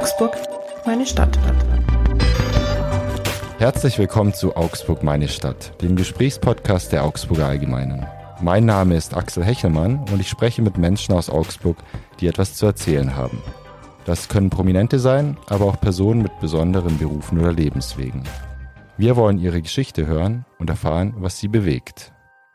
Augsburg, meine Stadt. Herzlich willkommen zu Augsburg, meine Stadt, dem Gesprächspodcast der Augsburger Allgemeinen. Mein Name ist Axel Hechelmann und ich spreche mit Menschen aus Augsburg, die etwas zu erzählen haben. Das können Prominente sein, aber auch Personen mit besonderen Berufen oder Lebenswegen. Wir wollen ihre Geschichte hören und erfahren, was sie bewegt.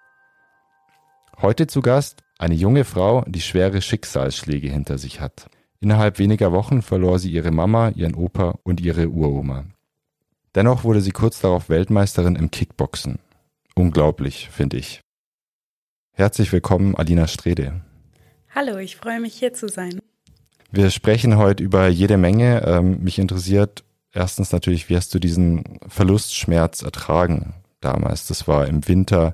Heute zu Gast eine junge Frau, die schwere Schicksalsschläge hinter sich hat. Innerhalb weniger Wochen verlor sie ihre Mama, ihren Opa und ihre Uroma. Dennoch wurde sie kurz darauf Weltmeisterin im Kickboxen. Unglaublich, finde ich. Herzlich willkommen, Alina Strede. Hallo, ich freue mich, hier zu sein. Wir sprechen heute über jede Menge. Mich interessiert erstens natürlich, wie hast du diesen Verlustschmerz ertragen damals? Das war im Winter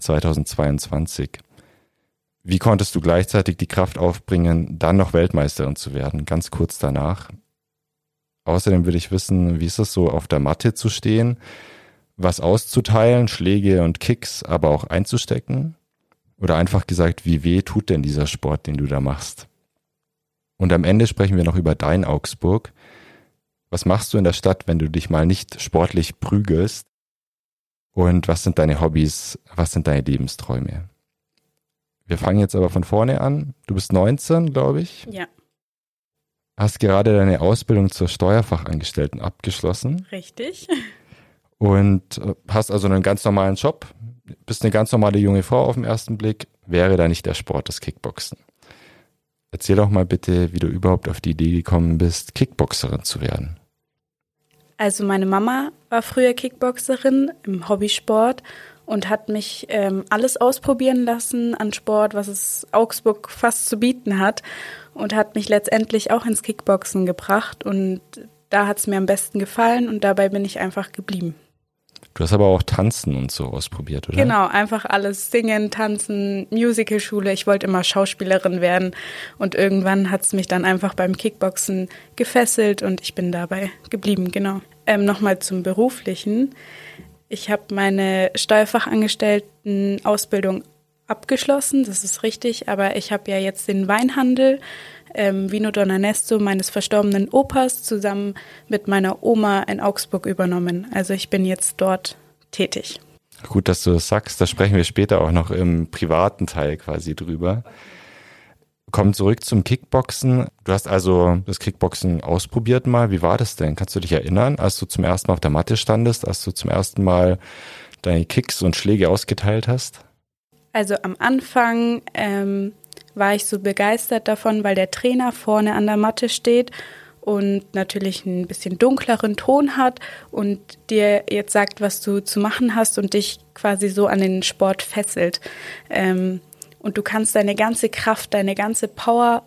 2022. Wie konntest du gleichzeitig die Kraft aufbringen, dann noch Weltmeisterin zu werden, ganz kurz danach? Außerdem will ich wissen, wie ist es so, auf der Matte zu stehen, was auszuteilen, Schläge und Kicks, aber auch einzustecken? Oder einfach gesagt, wie weh tut denn dieser Sport, den du da machst? Und am Ende sprechen wir noch über dein Augsburg. Was machst du in der Stadt, wenn du dich mal nicht sportlich prügelst? Und was sind deine Hobbys? Was sind deine Lebensträume? Wir fangen jetzt aber von vorne an. Du bist 19, glaube ich. Ja. Hast gerade deine Ausbildung zur Steuerfachangestellten abgeschlossen. Richtig. Und hast also einen ganz normalen Job. Bist eine ganz normale junge Frau auf den ersten Blick. Wäre da nicht der Sport das Kickboxen? Erzähl doch mal bitte, wie du überhaupt auf die Idee gekommen bist, Kickboxerin zu werden. Also meine Mama war früher Kickboxerin im Hobbysport und hat mich alles ausprobieren lassen an Sport, was es Augsburg fast zu bieten hat, und hat mich letztendlich auch ins Kickboxen gebracht, und da hat es mir am besten gefallen und dabei bin ich einfach geblieben. Du hast aber auch Tanzen und so ausprobiert, oder? Genau, einfach alles, Singen, Tanzen, Musicalschule. Ich wollte immer Schauspielerin werden und irgendwann hat es mich dann einfach beim Kickboxen gefesselt und ich bin dabei geblieben, genau. Nochmal zum Beruflichen. Ich habe meine Steuerfachangestellten-Ausbildung abgeschlossen, das ist richtig, aber ich habe ja jetzt den Weinhandel Vino Don Ernesto meines verstorbenen Opas zusammen mit meiner Oma in Augsburg übernommen. Also ich bin jetzt dort tätig. Gut, dass du das sagst, da sprechen wir später auch noch im privaten Teil quasi drüber. Kommen zurück zum Kickboxen. Du hast also das Kickboxen ausprobiert mal. Wie war das denn? Kannst du dich erinnern, als du zum ersten Mal auf der Matte standest, als du zum ersten Mal deine Kicks und Schläge ausgeteilt hast? Also am Anfang war ich so begeistert davon, weil der Trainer vorne an der Matte steht und natürlich ein bisschen dunkleren Ton hat und dir jetzt sagt, was du zu machen hast und dich quasi so an den Sport fesselt. Und du kannst deine ganze Kraft, deine ganze Power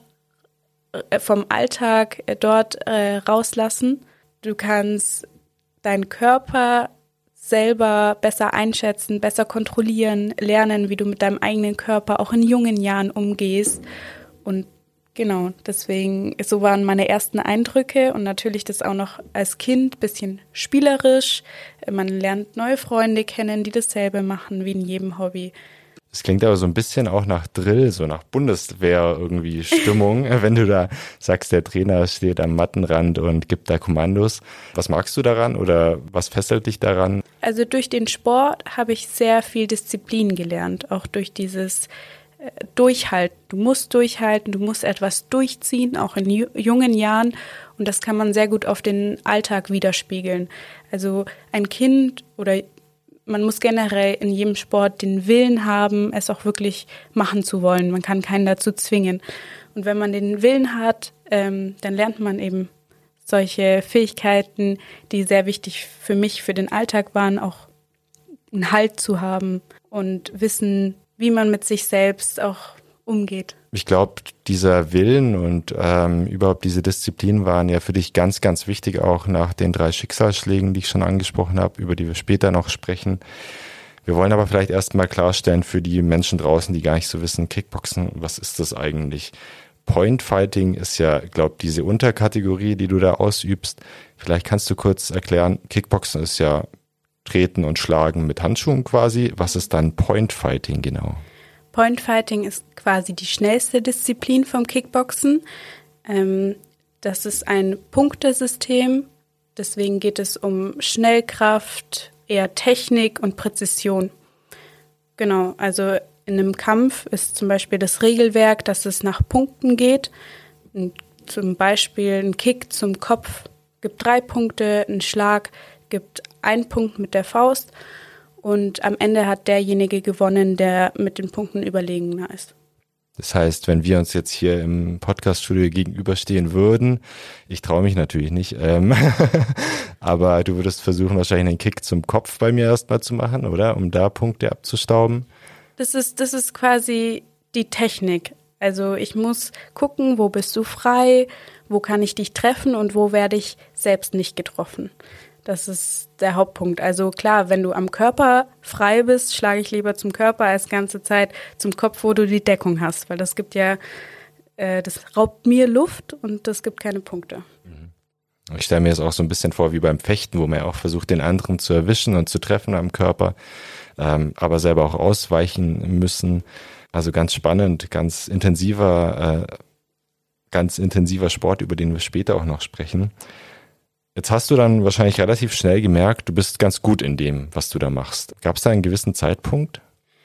vom Alltag dort rauslassen. Du kannst deinen Körper selber besser einschätzen, besser kontrollieren, lernen, wie du mit deinem eigenen Körper auch in jungen Jahren umgehst. Und genau, deswegen, so waren meine ersten Eindrücke und natürlich das auch noch als Kind ein bisschen spielerisch. Man lernt neue Freunde kennen, die dasselbe machen, wie in jedem Hobby. Es klingt aber so ein bisschen auch nach Drill, so nach Bundeswehr irgendwie Stimmung, wenn du da sagst, der Trainer steht am Mattenrand und gibt da Kommandos. Was magst du daran oder was fesselt dich daran? Also durch den Sport habe ich sehr viel Disziplin gelernt, auch durch dieses Durchhalten. Du musst durchhalten, du musst etwas durchziehen, auch in jungen Jahren, und das kann man sehr gut auf den Alltag widerspiegeln. Also ein Kind oder man muss generell in jedem Sport den Willen haben, es auch wirklich machen zu wollen. Man kann keinen dazu zwingen. Und wenn man den Willen hat, dann lernt man eben solche Fähigkeiten, die sehr wichtig für mich, für den Alltag waren, auch einen Halt zu haben und wissen, wie man mit sich selbst auch umgeht. Ich glaube, dieser Willen und überhaupt diese Disziplin waren ja für dich ganz, ganz wichtig, auch nach den 3 Schicksalsschlägen, die ich schon angesprochen habe, über die wir später noch sprechen. Wir wollen aber vielleicht erstmal klarstellen für die Menschen draußen, die gar nicht so wissen, Kickboxen, was ist das eigentlich? Point Fighting ist ja, glaube ich, diese Unterkategorie, die du da ausübst. Vielleicht kannst du kurz erklären, Kickboxen ist ja Treten und Schlagen mit Handschuhen quasi. Was ist dann Point Fighting genau? Point Fighting ist quasi die schnellste Disziplin vom Kickboxen. Das ist ein Punktesystem, deswegen geht es um Schnellkraft, eher Technik und Präzision. Genau, also in einem Kampf ist zum Beispiel das Regelwerk, dass es nach Punkten geht. Zum Beispiel ein Kick zum Kopf gibt 3 Punkte, ein Schlag gibt 1 Punkt mit der Faust und am Ende hat derjenige gewonnen, der mit den Punkten überlegener ist. Das heißt, wenn wir uns jetzt hier im Podcast-Studio gegenüberstehen würden, ich traue mich natürlich nicht, aber du würdest versuchen, wahrscheinlich einen Kick zum Kopf bei mir erstmal zu machen, oder? Um da Punkte abzustauben. Das ist quasi die Technik. Also ich muss gucken, wo bist du frei, wo kann ich dich treffen und wo werde ich selbst nicht getroffen. Das ist der Hauptpunkt. Also klar, wenn du am Körper frei bist, schlage ich lieber zum Körper als ganze Zeit zum Kopf, wo du die Deckung hast. Weil das gibt ja, das raubt mir Luft und das gibt keine Punkte. Ich stelle mir das auch so ein bisschen vor wie beim Fechten, wo man ja auch versucht, den anderen zu erwischen und zu treffen am Körper, aber selber auch ausweichen müssen. Also ganz spannend, ganz intensiver Sport, über den wir später auch noch sprechen. Jetzt hast du dann wahrscheinlich relativ schnell gemerkt, du bist ganz gut in dem, was du da machst. Gab es da einen gewissen Zeitpunkt?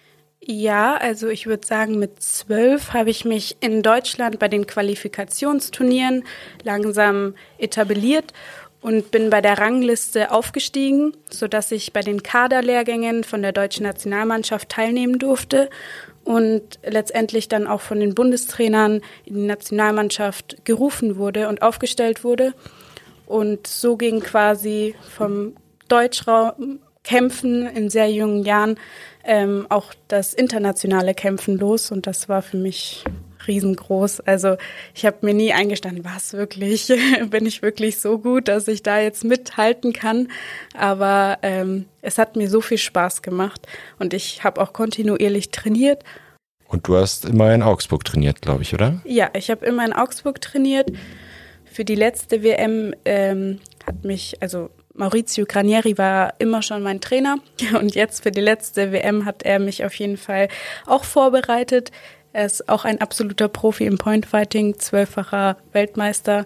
Ja, also ich würde sagen, mit 12 habe ich mich in Deutschland bei den Qualifikationsturnieren langsam etabliert und bin bei der Rangliste aufgestiegen, sodass ich bei den Kaderlehrgängen von der deutschen Nationalmannschaft teilnehmen durfte und letztendlich dann auch von den Bundestrainern in die Nationalmannschaft gerufen wurde und aufgestellt wurde. Und so ging quasi vom Deutschraum-Kämpfen in sehr jungen Jahren auch das internationale Kämpfen los. Und das war für mich riesengroß. Also ich habe mir nie eingestanden, was wirklich, bin ich wirklich so gut, dass ich da jetzt mithalten kann. Aber es hat mir so viel Spaß gemacht und ich habe auch kontinuierlich trainiert. Und du hast immer in Augsburg trainiert, glaube ich, oder? Ja, ich habe immer in Augsburg trainiert. Für die letzte WM hat mich, also Maurizio Granieri war immer schon mein Trainer und jetzt für die letzte WM hat er mich auf jeden Fall auch vorbereitet. Er ist auch ein absoluter Profi im Pointfighting, 12-facher Weltmeister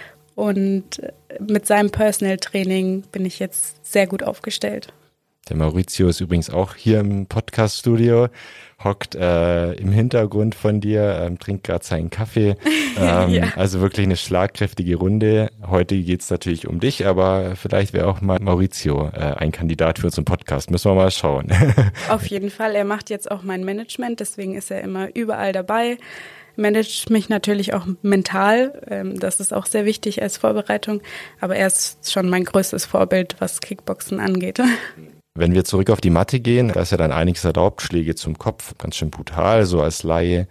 und mit seinem Personal Training bin ich jetzt sehr gut aufgestellt. Der Maurizio ist übrigens auch hier im Podcast-Studio, hockt im Hintergrund von dir, trinkt gerade seinen Kaffee. Ja. Also wirklich eine schlagkräftige Runde. Heute geht's natürlich um dich, aber vielleicht wäre auch mal Maurizio ein Kandidat für unseren Podcast. Müssen wir mal schauen. Auf jeden Fall. Er macht jetzt auch mein Management, deswegen ist er immer überall dabei. Managt mich natürlich auch mental. Das ist auch sehr wichtig als Vorbereitung. Aber er ist schon mein größtes Vorbild, was Kickboxen angeht. Wenn wir zurück auf die Matte gehen, da ist ja dann einiges erlaubt, Schläge zum Kopf, ganz schön brutal, so als Laie,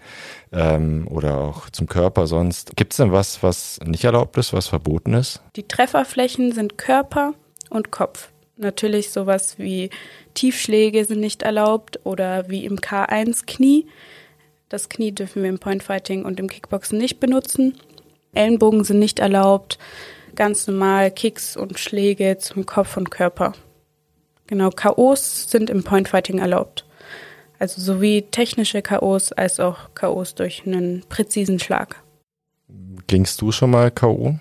oder auch zum Körper sonst. Gibt es denn was nicht erlaubt ist, was verboten ist? Die Trefferflächen sind Körper und Kopf. Natürlich sowas wie Tiefschläge sind nicht erlaubt oder wie im K1 Knie. Das Knie dürfen wir im Pointfighting und im Kickboxen nicht benutzen. Ellenbogen sind nicht erlaubt. Ganz normal Kicks und Schläge zum Kopf und Körper. Genau, K.O.s sind im Pointfighting erlaubt. Also sowie technische K.O.s als auch K.O.s durch einen präzisen Schlag. Gingst du schon mal K.O.?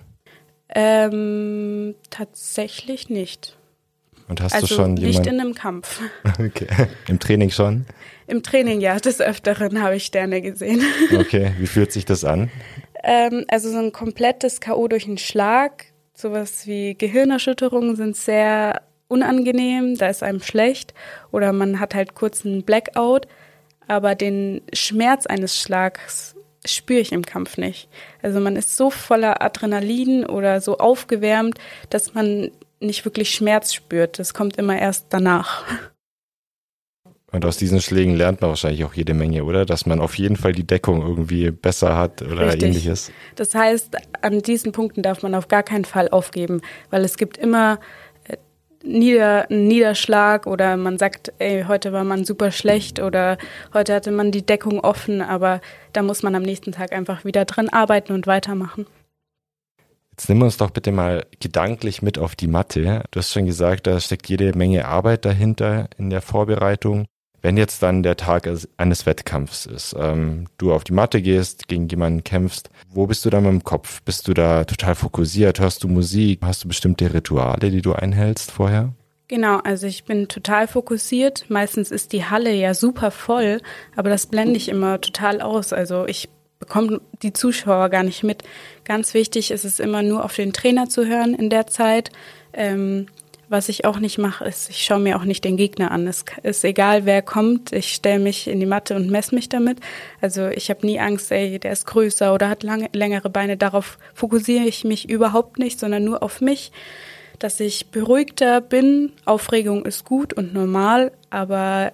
Tatsächlich nicht. Und hast also du schon nicht in einem Kampf. Okay. Im Training schon? Im Training, ja. Des Öfteren habe ich Sterne gesehen. Okay, wie fühlt sich das an? Also so ein komplettes K.O. durch einen Schlag, sowas wie Gehirnerschütterungen sind sehr unangenehm, da ist einem schlecht oder man hat halt kurz einen Blackout, aber den Schmerz eines Schlags spüre ich im Kampf nicht. Also man ist so voller Adrenalin oder so aufgewärmt, dass man nicht wirklich Schmerz spürt. Das kommt immer erst danach. Und aus diesen Schlägen lernt man wahrscheinlich auch jede Menge, oder? Dass man auf jeden Fall die Deckung irgendwie besser hat oder Richtig. Ähnliches. Das heißt, an diesen Punkten darf man auf gar keinen Fall aufgeben, weil es gibt immer einen Niederschlag oder man sagt, ey, heute war man super schlecht oder heute hatte man die Deckung offen, aber da muss man am nächsten Tag einfach wieder dran arbeiten und weitermachen. Jetzt nimm uns doch bitte mal gedanklich mit auf die Matte. Du hast schon gesagt, da steckt jede Menge Arbeit dahinter in der Vorbereitung. Wenn jetzt dann der Tag eines Wettkampfs ist, du auf die Matte gehst, gegen jemanden kämpfst, wo bist du da mit dem Kopf? Bist du da total fokussiert? Hörst du Musik? Hast du bestimmte Rituale, die du einhältst vorher? Genau, also ich bin total fokussiert. Meistens ist die Halle ja super voll, aber das blende ich immer total aus. Also ich bekomme die Zuschauer gar nicht mit. Ganz wichtig ist es immer nur auf den Trainer zu hören in der Zeit. Was ich auch nicht mache, ist, ich schaue mir auch nicht den Gegner an. Es ist egal, wer kommt. Ich stelle mich in die Matte und messe mich damit. Also ich habe nie Angst, der ist größer oder hat längere Beine. Darauf fokussiere ich mich überhaupt nicht, sondern nur auf mich, dass ich beruhigter bin. Aufregung ist gut und normal, aber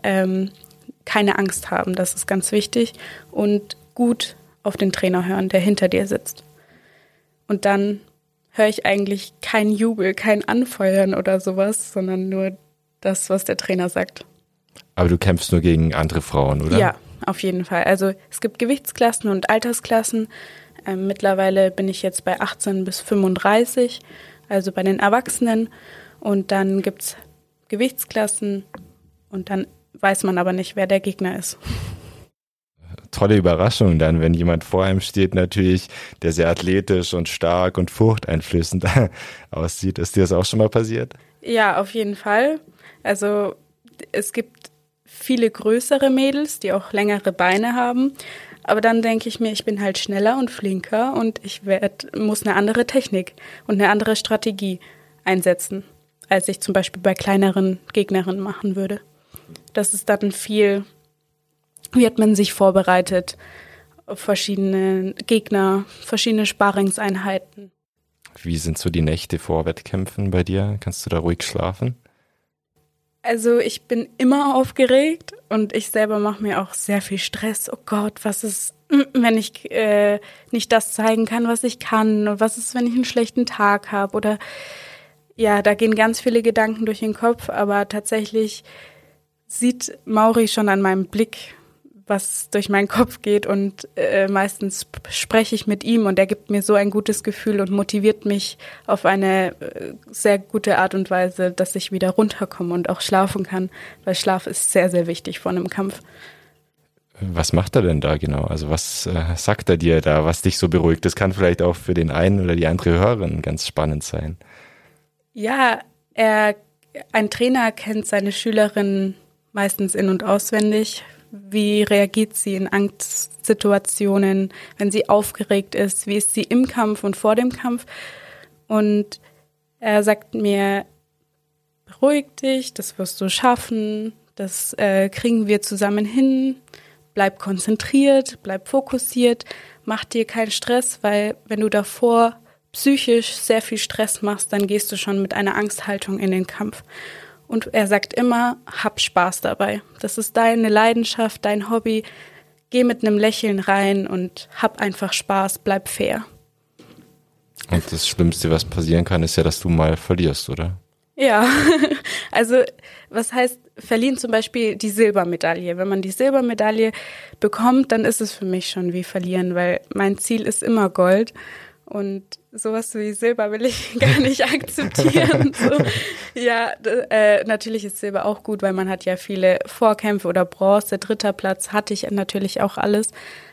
keine Angst haben, das ist ganz wichtig. Und gut auf den Trainer hören, der hinter dir sitzt. Und dann höre ich eigentlich kein Jubel, kein Anfeuern oder sowas, sondern nur das, was der Trainer sagt. Aber du kämpfst nur gegen andere Frauen, oder? Ja, auf jeden Fall. Also es gibt Gewichtsklassen und Altersklassen. Mittlerweile bin ich jetzt bei 18 bis 35, also bei den Erwachsenen. Und dann gibt es Gewichtsklassen und dann weiß man aber nicht, wer der Gegner ist. Tolle Überraschung dann, wenn jemand vor einem steht natürlich, der sehr athletisch und stark und furchteinflößend aussieht. Ist dir das auch schon mal passiert? Ja, auf jeden Fall. Also es gibt viele größere Mädels, die auch längere Beine haben. Aber dann denke ich mir, ich bin halt schneller und flinker und ich muss eine andere Technik und eine andere Strategie einsetzen, als ich zum Beispiel bei kleineren Gegnerinnen machen würde. Das ist dann viel. Wie hat man sich vorbereitet auf verschiedene Gegner, verschiedene Sparringseinheiten? Wie sind so die Nächte vor Wettkämpfen bei dir? Kannst du da ruhig schlafen? Also ich bin immer aufgeregt und ich selber mache mir auch sehr viel Stress. Oh Gott, was ist, wenn ich nicht das zeigen kann, was ich kann? Und was ist, wenn ich einen schlechten Tag habe? Oder ja, da gehen ganz viele Gedanken durch den Kopf, aber tatsächlich sieht Mauri schon an meinem Blick, was durch meinen Kopf geht und meistens spreche ich mit ihm und er gibt mir so ein gutes Gefühl und motiviert mich auf eine sehr gute Art und Weise, dass ich wieder runterkomme und auch schlafen kann, weil Schlaf ist sehr, sehr wichtig vor einem Kampf. Was macht er denn da genau? Also was sagt er dir da, was dich so beruhigt? Das kann vielleicht auch für den einen oder die andere Hörerin ganz spannend sein. Ja, ein Trainer kennt seine Schülerin meistens in- und auswendig. Wie reagiert sie in Angstsituationen, wenn sie aufgeregt ist? Wie ist sie im Kampf und vor dem Kampf? Und er sagt mir, beruhig dich, das wirst du schaffen, das kriegen wir zusammen hin. Bleib konzentriert, bleib fokussiert, mach dir keinen Stress, weil wenn du davor psychisch sehr viel Stress machst, dann gehst du schon mit einer Angsthaltung in den Kampf. Und er sagt immer, hab Spaß dabei. Das ist deine Leidenschaft, dein Hobby. Geh mit einem Lächeln rein und hab einfach Spaß, bleib fair. Und das Schlimmste, was passieren kann, ist ja, dass du mal verlierst, oder? Ja, also was heißt verlieren? Zum Beispiel die Silbermedaille. Wenn man die Silbermedaille bekommt, dann ist es für mich schon wie verlieren, weil mein Ziel ist immer Gold. Und sowas wie Silber will ich gar nicht akzeptieren. So. Ja, natürlich ist Silber auch gut, weil man hat ja viele Vorkämpfe oder Bronze, 3. Platz hatte ich natürlich auch alles.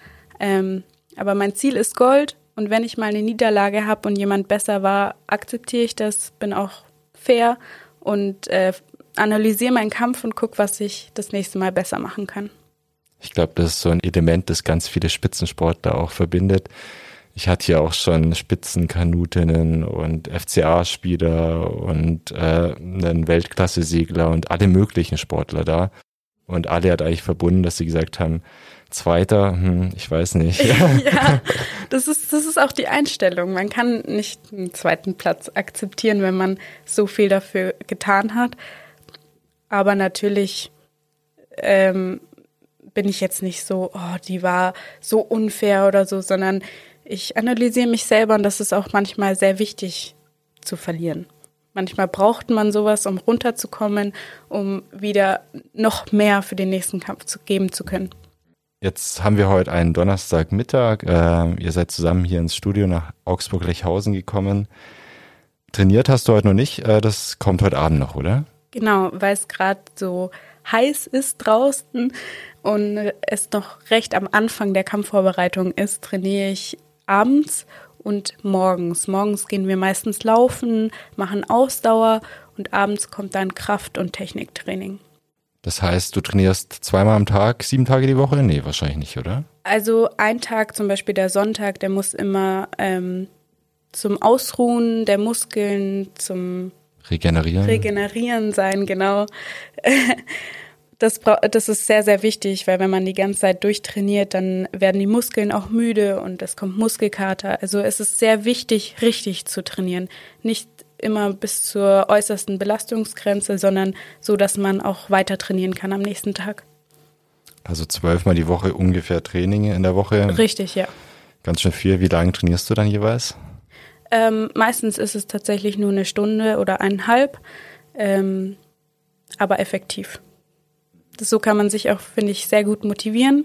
Aber mein Ziel ist Gold und wenn ich mal eine Niederlage habe und jemand besser war, akzeptiere ich das, bin auch fair und analysiere meinen Kampf und gucke, was ich das nächste Mal besser machen kann. Ich glaube, das ist so ein Element, das ganz viele Spitzensportler auch verbindet. Ich hatte ja auch schon Spitzenkanutinnen und FCA-Spieler und einen Weltklasse-Segler und alle möglichen Sportler da. Und alle hat eigentlich verbunden, dass sie gesagt haben, Zweiter, ich weiß nicht. Ja, das ist auch die Einstellung. Man kann nicht einen 2. Platz akzeptieren, wenn man so viel dafür getan hat. Aber natürlich bin ich jetzt nicht so, oh, die war so unfair oder so, sondern ich analysiere mich selber und das ist auch manchmal sehr wichtig zu verlieren. Manchmal braucht man sowas, um runterzukommen, um wieder noch mehr für den nächsten Kampf geben zu können. Jetzt haben wir heute einen Donnerstagmittag. Ihr seid zusammen hier ins Studio nach Augsburg-Lechhausen gekommen. Trainiert hast du heute noch nicht. Das kommt heute Abend noch, oder? Genau, weil es gerade so heiß ist draußen und es noch recht am Anfang der Kampfvorbereitung ist, trainiere ich abends und morgens. Morgens gehen wir meistens laufen, machen Ausdauer und abends kommt dann Kraft- und Techniktraining. Das heißt, du trainierst zweimal am Tag, 7 Tage die Woche? Nee, wahrscheinlich nicht, oder? Also ein Tag, zum Beispiel der Sonntag, der muss immer zum Ausruhen der Muskeln, zum Regenerieren sein, genau. Das ist sehr, sehr wichtig, weil wenn man die ganze Zeit durchtrainiert, dann werden die Muskeln auch müde und es kommt Muskelkater. Also es ist sehr wichtig, richtig zu trainieren. Nicht immer bis zur äußersten Belastungsgrenze, sondern so, dass man auch weiter trainieren kann am nächsten Tag. Also 12-mal die Woche ungefähr Training in der Woche. Richtig, ja. Ganz schön viel. Wie lange trainierst du dann jeweils? Meistens ist es tatsächlich nur 1 Stunde oder 1,5, aber effektiv. So kann man sich auch, finde ich, sehr gut motivieren,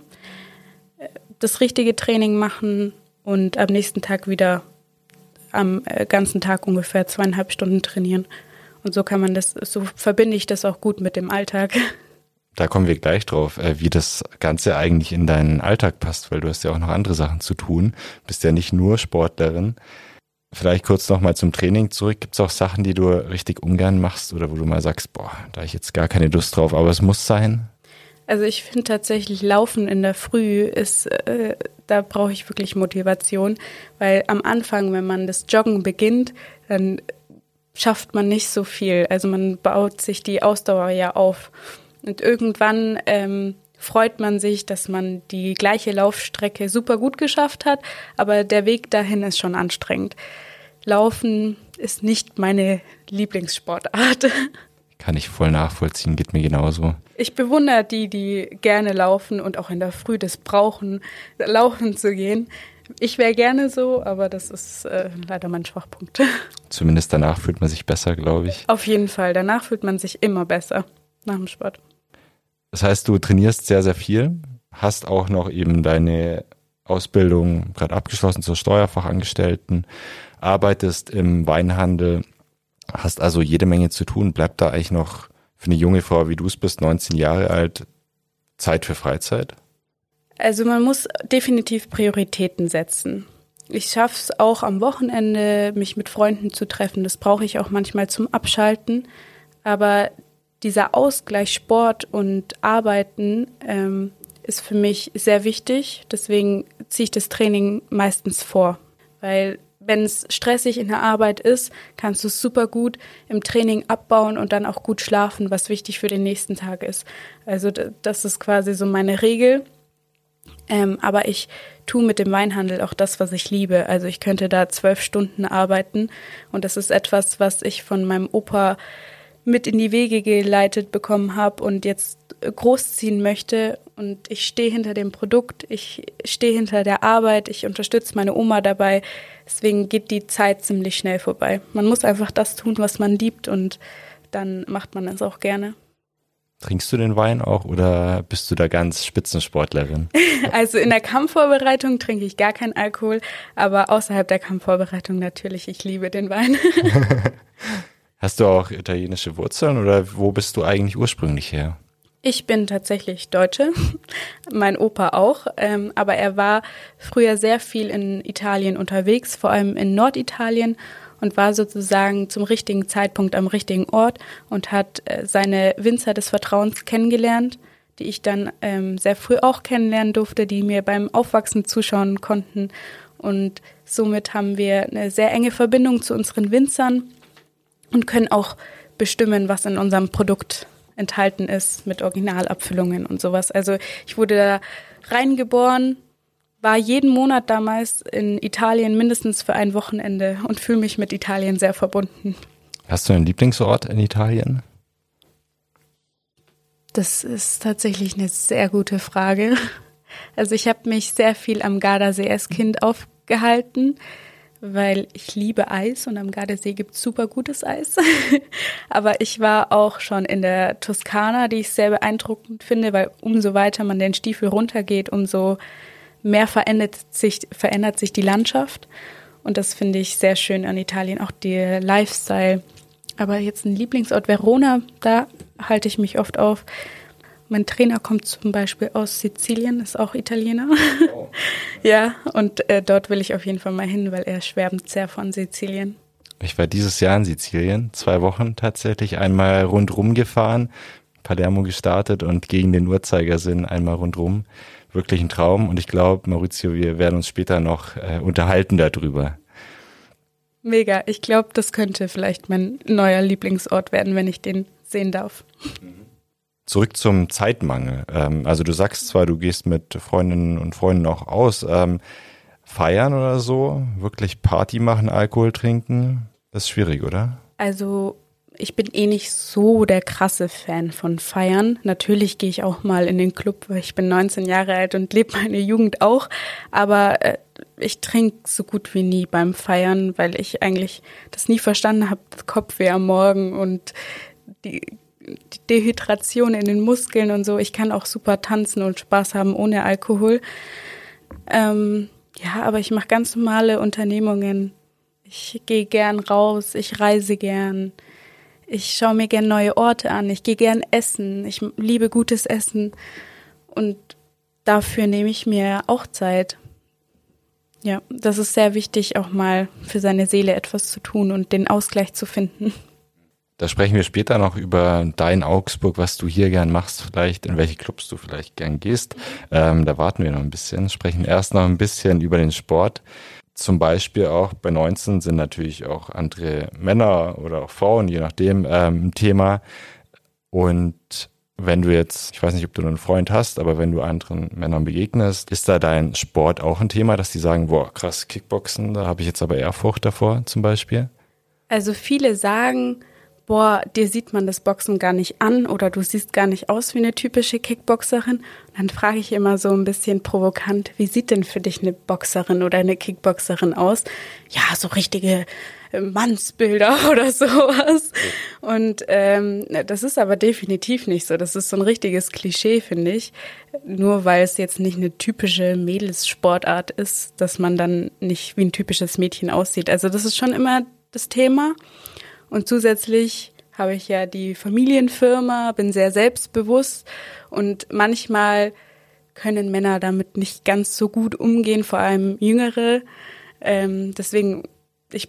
das richtige Training machen und am nächsten Tag wieder am ganzen Tag ungefähr 2,5 Stunden trainieren. Und so kann man das, so verbinde ich das auch gut mit dem Alltag. Da kommen wir gleich drauf, wie das Ganze eigentlich in deinen Alltag passt, weil du hast ja auch noch andere Sachen zu tun. Bist ja nicht nur Sportlerin. Vielleicht kurz nochmal zum Training zurück. Gibt es auch Sachen, die du richtig ungern machst oder wo du mal sagst, boah, da habe ich jetzt gar keine Lust drauf, aber es muss sein? Also ich finde tatsächlich Laufen in der Früh ist, da brauche ich wirklich Motivation, weil am Anfang, wenn man das Joggen beginnt, dann schafft man nicht so viel. Also man baut sich die Ausdauer ja auf. Und irgendwann freut man sich, dass man die gleiche Laufstrecke super gut geschafft hat, aber der Weg dahin ist schon anstrengend. Laufen ist nicht meine Lieblingssportart. Kann ich voll nachvollziehen, geht mir genauso. Ich bewundere die gerne laufen und auch in der Früh das brauchen, laufen zu gehen. Ich wäre gerne so, aber das ist leider mein Schwachpunkt. Zumindest danach fühlt man sich besser, glaube ich. Auf jeden Fall, danach fühlt man sich immer besser nach dem Sport. Das heißt, du trainierst sehr, sehr viel, hast auch noch eben deine Ausbildung gerade abgeschlossen zur Steuerfachangestellten, arbeitest im Weinhandel, hast also jede Menge zu tun. Bleibt da eigentlich noch für eine junge Frau, wie du es bist, 19 Jahre alt, Zeit für Freizeit? Also man muss definitiv Prioritäten setzen. Ich schaffe es auch am Wochenende, mich mit Freunden zu treffen. Das brauche ich auch manchmal zum Abschalten. Aber dieser Ausgleich Sport und Arbeiten ist für mich sehr wichtig. Deswegen ziehe ich das Training meistens vor. Weil wenn es stressig in der Arbeit ist, kannst du es super gut im Training abbauen und dann auch gut schlafen, was wichtig für den nächsten Tag ist. Also das ist quasi so meine Regel. Aber ich tue mit dem Weinhandel auch das, was ich liebe. Also ich könnte da 12 Stunden arbeiten und das ist etwas, was ich von meinem Opa mit in die Wege geleitet bekommen habe und jetzt großziehen möchte. Und ich stehe hinter dem Produkt, ich stehe hinter der Arbeit, ich unterstütze meine Oma dabei. Deswegen geht die Zeit ziemlich schnell vorbei. Man muss einfach das tun, was man liebt und dann macht man es auch gerne. Trinkst du den Wein auch oder bist du da ganz Spitzensportlerin? Also in der Kampfvorbereitung trinke ich gar keinen Alkohol, aber außerhalb der Kampfvorbereitung natürlich, ich liebe den Wein. Hast du auch italienische Wurzeln oder wo bist du eigentlich ursprünglich her? Ich bin tatsächlich Deutsche, mein Opa auch, aber er war früher sehr viel in Italien unterwegs, vor allem in Norditalien und war sozusagen zum richtigen Zeitpunkt am richtigen Ort und hat seine Winzer des Vertrauens kennengelernt, die ich dann sehr früh auch kennenlernen durfte, die mir beim Aufwachsen zuschauen konnten und somit haben wir eine sehr enge Verbindung zu unseren Winzern und können auch bestimmen, was in unserem Produkt enthalten ist mit Originalabfüllungen und sowas. Also ich wurde da reingeboren, war jeden Monat damals in Italien mindestens für ein Wochenende und fühle mich mit Italien sehr verbunden. Hast du einen Lieblingsort in Italien? Das ist tatsächlich eine sehr gute Frage. Also ich habe mich sehr viel am Gardasee als Kind aufgehalten, weil ich liebe Eis und am Gardasee gibt es super gutes Eis. Aber ich war auch schon in der Toskana, die ich sehr beeindruckend finde, weil umso weiter man den Stiefel runtergeht, umso mehr verändert sich die Landschaft. Und das finde ich sehr schön an Italien, auch der Lifestyle. Aber jetzt ein Lieblingsort Verona, da halte ich mich oft auf. Mein Trainer kommt zum Beispiel aus Sizilien, ist auch Italiener. Oh. Ja, und dort will ich auf jeden Fall mal hin, weil er schwärmt sehr von Sizilien. Ich war dieses Jahr in Sizilien, 2 Wochen tatsächlich, einmal rundrum gefahren, Palermo gestartet und gegen den Uhrzeigersinn einmal rundrum. Wirklich ein Traum und ich glaube, Maurizio, wir werden uns später noch unterhalten darüber. Mega, ich glaube, das könnte vielleicht mein neuer Lieblingsort werden, wenn ich den sehen darf. Zurück zum Zeitmangel. Also du sagst zwar, du gehst mit Freundinnen und Freunden auch aus, feiern oder so, wirklich Party machen, Alkohol trinken, das ist schwierig, oder? Also ich bin nicht so der krasse Fan von Feiern. Natürlich gehe ich auch mal in den Club, weil ich bin 19 Jahre alt und lebe meine Jugend auch. Aber ich trinke so gut wie nie beim Feiern, weil ich eigentlich das nie verstanden habe, Kopfweh am Morgen und die Dehydration in den Muskeln und so. Ich kann auch super tanzen und Spaß haben ohne Alkohol. Ja, aber ich mache ganz normale Unternehmungen. Ich gehe gern raus, ich reise gern. Ich schaue mir gern neue Orte an, ich gehe gern essen, ich liebe gutes Essen und dafür nehme ich mir auch Zeit. Ja, das ist sehr wichtig, auch mal für seine Seele etwas zu tun und den Ausgleich zu finden. Da sprechen wir später noch über dein Augsburg, was du hier gern machst, vielleicht in welche Clubs du vielleicht gern gehst. Da warten wir noch ein bisschen, sprechen erst noch ein bisschen über den Sport. Zum Beispiel auch bei 19 sind natürlich auch andere Männer oder auch Frauen, je nachdem, ein Thema. Und wenn du jetzt, ich weiß nicht, ob du einen Freund hast, aber wenn du anderen Männern begegnest, ist da dein Sport auch ein Thema, dass die sagen, boah, krass, Kickboxen, da habe ich jetzt aber Ehrfurcht davor zum Beispiel? Also viele sagen, boah, dir sieht man das Boxen gar nicht an oder du siehst gar nicht aus wie eine typische Kickboxerin. Und dann frage ich immer so ein bisschen provokant, wie sieht denn für dich eine Boxerin oder eine Kickboxerin aus? Ja, so richtige Mannsbilder oder sowas. Und das ist aber definitiv nicht so. Das ist so ein richtiges Klischee, finde ich. Nur weil es jetzt nicht eine typische Mädelssportart ist, dass man dann nicht wie ein typisches Mädchen aussieht. Also das ist schon immer das Thema. Und zusätzlich habe ich ja die Familienfirma, bin sehr selbstbewusst und manchmal können Männer damit nicht ganz so gut umgehen, vor allem Jüngere. Deswegen, ich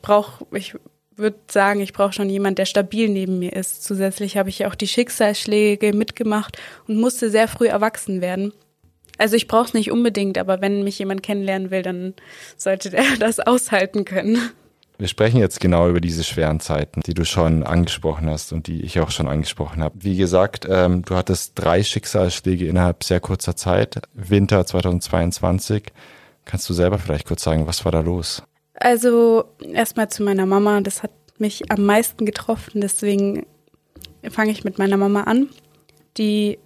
würde sagen, ich brauche schon jemand, der stabil neben mir ist. Zusätzlich habe ich ja auch die Schicksalsschläge mitgemacht und musste sehr früh erwachsen werden. Also ich brauche es nicht unbedingt, aber wenn mich jemand kennenlernen will, dann sollte der das aushalten können. Wir sprechen jetzt genau über diese schweren Zeiten, die du schon angesprochen hast und die ich auch schon angesprochen habe. Wie gesagt, du hattest 3 Schicksalsschläge innerhalb sehr kurzer Zeit, Winter 2022. Kannst du selber vielleicht kurz sagen, was war da los? Also erstmal zu meiner Mama, das hat mich am meisten getroffen, deswegen fange ich mit meiner Mama an. Die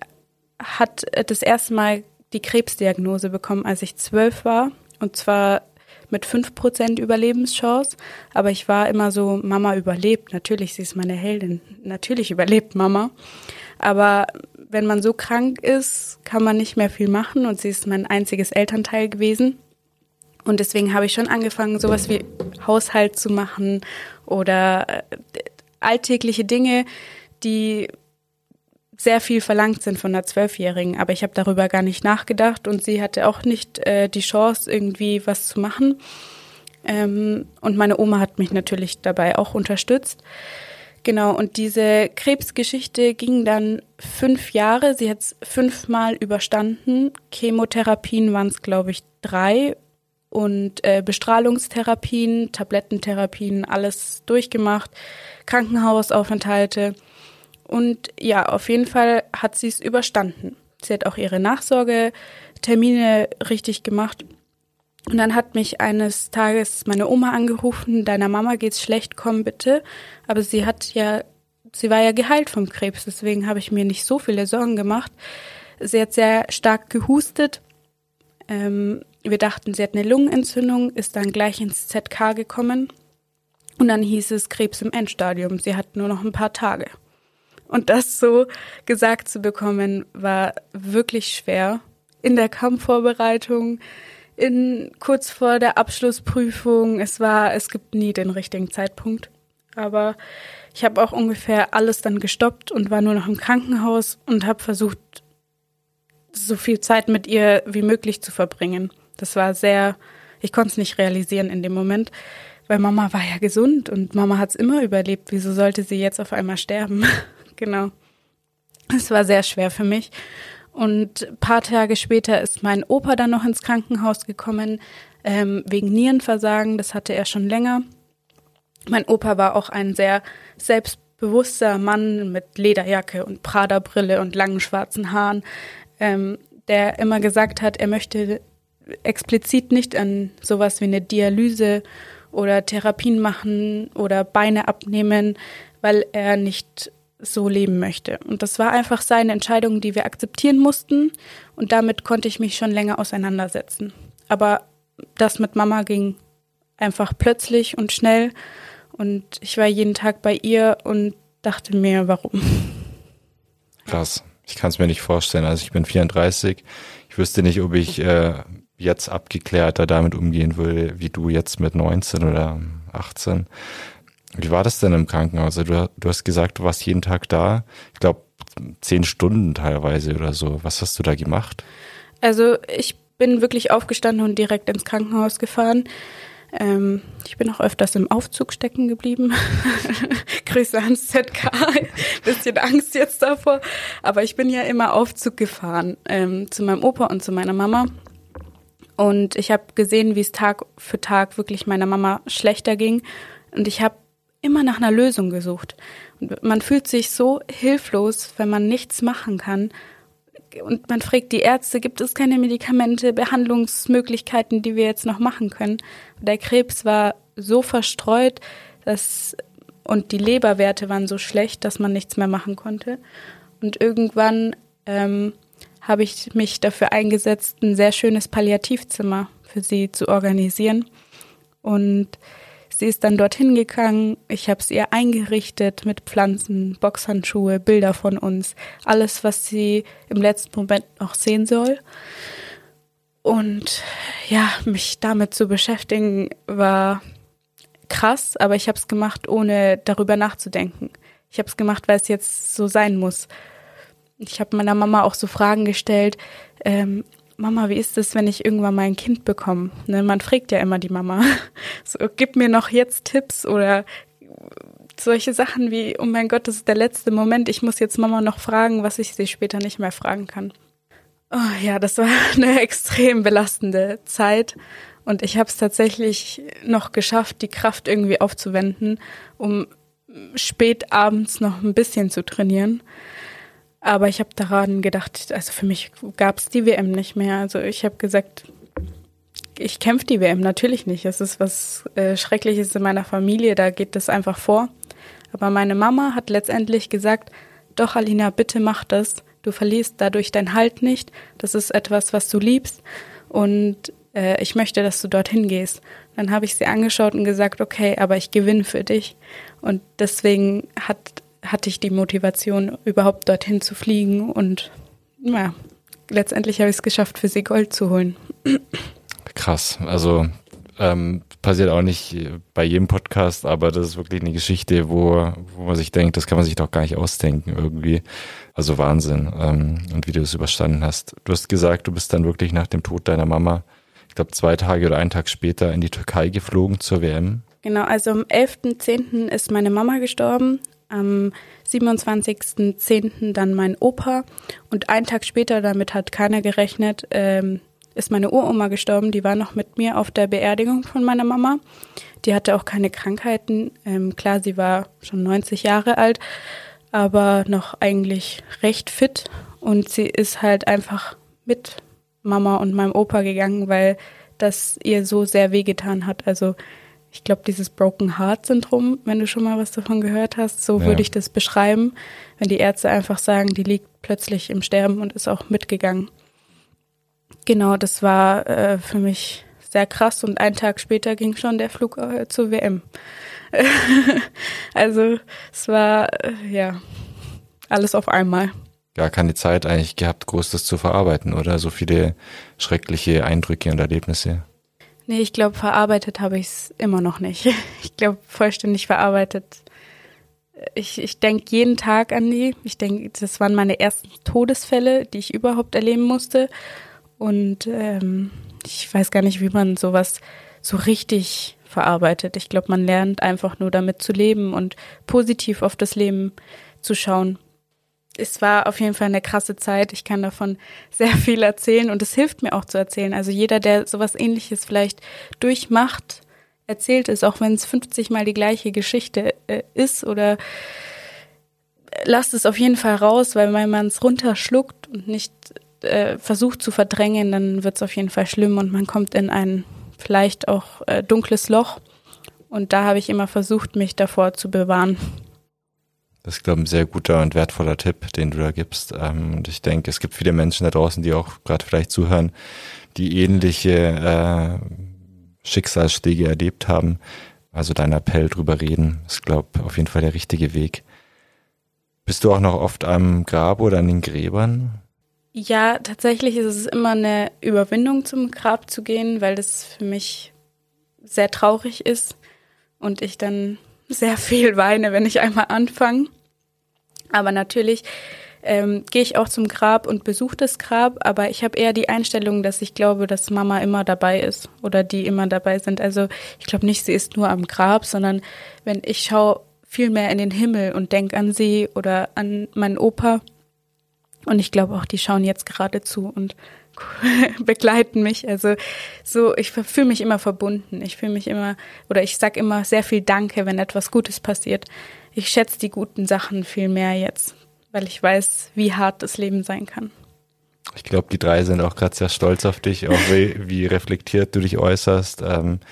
hat das erste Mal die Krebsdiagnose bekommen, als ich 12 war, und zwar mit 5% Überlebenschance, aber ich war immer so, Mama überlebt, natürlich, sie ist meine Heldin, natürlich überlebt Mama, aber wenn man so krank ist, kann man nicht mehr viel machen und sie ist mein einziges Elternteil gewesen und deswegen habe ich schon angefangen, sowas wie Haushalt zu machen oder alltägliche Dinge, die sehr viel verlangt sind von einer 12-Jährigen, aber ich habe darüber gar nicht nachgedacht und sie hatte auch nicht die Chance, irgendwie was zu machen. Und meine Oma hat mich natürlich dabei auch unterstützt. Genau, und diese Krebsgeschichte ging dann 5 Jahre. Sie hat es 5-mal überstanden. Chemotherapien waren es, glaube ich, 3 und Bestrahlungstherapien, Tablettentherapien, alles durchgemacht, Krankenhausaufenthalte. Und ja, auf jeden Fall hat sie es überstanden. Sie hat auch ihre Nachsorgetermine richtig gemacht. Und dann hat mich eines Tages meine Oma angerufen, deiner Mama geht's schlecht, komm bitte. Aber sie war ja geheilt vom Krebs, deswegen habe ich mir nicht so viele Sorgen gemacht. Sie hat sehr stark gehustet. Wir dachten, sie hat eine Lungenentzündung, ist dann gleich ins ZK gekommen. Und dann hieß es Krebs im Endstadium. Sie hat nur noch ein paar Tage. Und das so gesagt zu bekommen, war wirklich schwer. In der Kampfvorbereitung, kurz vor der Abschlussprüfung. Es gibt nie den richtigen Zeitpunkt. Aber ich habe auch ungefähr alles dann gestoppt und war nur noch im Krankenhaus und habe versucht, so viel Zeit mit ihr wie möglich zu verbringen. Das war ich konnte es nicht realisieren in dem Moment, weil Mama war ja gesund und Mama hat es immer überlebt. Wieso sollte sie jetzt auf einmal sterben? Genau. Es war sehr schwer für mich. Und ein paar Tage später ist mein Opa dann noch ins Krankenhaus gekommen, wegen Nierenversagen. Das hatte er schon länger. Mein Opa war auch ein sehr selbstbewusster Mann mit Lederjacke und Prada-Brille und langen schwarzen Haaren, der immer gesagt hat, er möchte explizit nicht an sowas wie eine Dialyse oder Therapien machen oder Beine abnehmen, weil er nicht so leben möchte. Und das war einfach seine Entscheidung, die wir akzeptieren mussten. Und damit konnte ich mich schon länger auseinandersetzen. Aber das mit Mama ging einfach plötzlich und schnell. Und ich war jeden Tag bei ihr und dachte mir, warum? Krass. Ich kann es mir nicht vorstellen. Also ich bin 34. Ich wüsste nicht, ob ich jetzt abgeklärter damit umgehen würde, wie du jetzt mit 19 oder 18. Wie war das denn im Krankenhaus? Also du hast gesagt, du warst jeden Tag da. Ich glaube, 10 Stunden teilweise oder so. Was hast du da gemacht? Also ich bin wirklich aufgestanden und direkt ins Krankenhaus gefahren. Ich bin auch öfters im Aufzug stecken geblieben. Grüße ans ZK. Bisschen Angst jetzt davor. Aber ich bin ja immer Aufzug gefahren zu meinem Opa und zu meiner Mama. Und ich habe gesehen, wie es Tag für Tag wirklich meiner Mama schlechter ging. Und ich habe immer nach einer Lösung gesucht. Und man fühlt sich so hilflos, wenn man nichts machen kann. Und man fragt die Ärzte, gibt es keine Medikamente, Behandlungsmöglichkeiten, die wir jetzt noch machen können? Der Krebs war so verstreut, und die Leberwerte waren so schlecht, dass man nichts mehr machen konnte. Und irgendwann habe ich mich dafür eingesetzt, ein sehr schönes Palliativzimmer für sie zu organisieren. Und sie ist dann dorthin gegangen, ich habe es ihr eingerichtet mit Pflanzen, Boxhandschuhe, Bilder von uns, alles, was sie im letzten Moment noch sehen soll. Und ja, mich damit zu beschäftigen war krass, aber ich habe es gemacht, ohne darüber nachzudenken. Ich habe es gemacht, weil es jetzt so sein muss. Ich habe meiner Mama auch so Fragen gestellt, Mama, wie ist es, wenn ich irgendwann mal ein Kind bekomme? Ne, man fragt ja immer die Mama, so, gib mir noch jetzt Tipps oder solche Sachen wie, oh mein Gott, das ist der letzte Moment, ich muss jetzt Mama noch fragen, was ich sie später nicht mehr fragen kann. Oh ja, das war eine extrem belastende Zeit und ich habe es tatsächlich noch geschafft, die Kraft irgendwie aufzuwenden, um spät abends noch ein bisschen zu trainieren. Aber ich habe daran gedacht, also für mich gab es die WM nicht mehr. Also ich habe gesagt, ich kämpfe die WM natürlich nicht. Es ist was Schreckliches in meiner Familie, da geht das einfach vor. Aber meine Mama hat letztendlich gesagt, doch Alina, bitte mach das. Du verlierst dadurch deinen Halt nicht. Das ist etwas, was du liebst. Und ich möchte, dass du dorthin gehst. Dann habe ich sie angeschaut und gesagt, okay, aber ich gewinne für dich. Und deswegen hatte ich die Motivation, überhaupt dorthin zu fliegen und ja, letztendlich habe ich es geschafft, für sie Gold zu holen. Krass, also passiert auch nicht bei jedem Podcast, aber das ist wirklich eine Geschichte, wo man sich denkt, das kann man sich doch gar nicht ausdenken irgendwie. Also Wahnsinn, und wie du es überstanden hast. Du hast gesagt, du bist dann wirklich nach dem Tod deiner Mama, ich glaube 2 Tage oder einen Tag später in die Türkei geflogen zur WM. Genau, also am 11.10. ist meine Mama gestorben. Am 27.10. dann mein Opa und einen Tag später, damit hat keiner gerechnet, ist meine Uroma gestorben. Die war noch mit mir auf der Beerdigung von meiner Mama. Die hatte auch keine Krankheiten. Klar, sie war schon 90 Jahre alt, aber noch eigentlich recht fit. Und sie ist halt einfach mit Mama und meinem Opa gegangen, weil das ihr so sehr wehgetan hat. Also ich glaube, dieses Broken Heart Syndrom, wenn du schon mal was davon gehört hast, so würde ich das beschreiben, wenn die Ärzte einfach sagen, die liegt plötzlich im Sterben und ist auch mitgegangen. Genau, das war für mich sehr krass und einen Tag später ging schon der Flug zur WM. Also es war, alles auf einmal. Gar keine Zeit eigentlich gehabt, groß das zu verarbeiten, oder? So viele schreckliche Eindrücke und Erlebnisse. Nee, ich glaube, verarbeitet habe ich es immer noch nicht. Ich glaube, vollständig verarbeitet ich denke jeden Tag an die. Ich denke, das waren meine ersten Todesfälle, die ich überhaupt erleben musste. Und ich weiß gar nicht, wie man sowas so richtig verarbeitet. Ich glaube, man lernt einfach nur damit zu leben und positiv auf das Leben zu schauen. Es war auf jeden Fall eine krasse Zeit. Ich kann davon sehr viel erzählen und es hilft mir auch zu erzählen. Also jeder, der sowas Ähnliches vielleicht durchmacht, erzählt es, auch wenn es 50 Mal die gleiche Geschichte ist, oder lasst es auf jeden Fall raus, weil wenn man es runterschluckt und nicht versucht zu verdrängen, dann wird es auf jeden Fall schlimm und man kommt in ein vielleicht auch dunkles Loch. Und da habe ich immer versucht, mich davor zu bewahren. Das ist, glaube ich, ein sehr guter und wertvoller Tipp, den du da gibst. Und ich denke, es gibt viele Menschen da draußen, die auch gerade vielleicht zuhören, die ähnliche Schicksalsschläge erlebt haben. Also dein Appell drüber reden, ist, glaube ich, auf jeden Fall der richtige Weg. Bist du auch noch oft am Grab oder an den Gräbern? Ja, tatsächlich ist es immer eine Überwindung, zum Grab zu gehen, weil das für mich sehr traurig ist und ich dann sehr viel weine, wenn ich einmal anfange. Aber natürlich gehe ich auch zum Grab und besuche das Grab, aber ich habe eher die Einstellung, dass ich glaube, dass Mama immer dabei ist oder die immer dabei sind. Also ich glaube nicht, sie ist nur am Grab, sondern wenn ich schaue viel mehr in den Himmel und denke an sie oder an meinen Opa. Und ich glaube auch, die schauen jetzt gerade zu und begleiten mich. Also so, ich fühle mich immer verbunden. Ich fühle mich immer, oder ich sag immer sehr viel Danke, wenn etwas Gutes passiert. Ich schätze die guten Sachen viel mehr jetzt, weil ich weiß, wie hart das Leben sein kann. Ich glaube, die drei sind auch gerade sehr stolz auf dich, auch wie reflektiert du dich äußerst.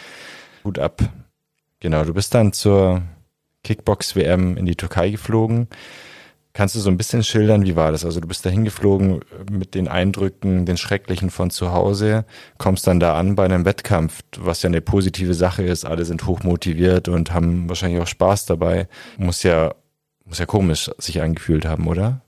Hut ab. Genau, du bist dann zur Kickbox-WM in die Türkei geflogen. Kannst du so ein bisschen schildern, wie war das? Also du bist da hingeflogen mit den Eindrücken, den Schrecklichen von zu Hause, kommst dann da an bei einem Wettkampf, was ja eine positive Sache ist. Alle sind hochmotiviert und haben wahrscheinlich auch Spaß dabei. Muss ja komisch sich angefühlt haben, oder?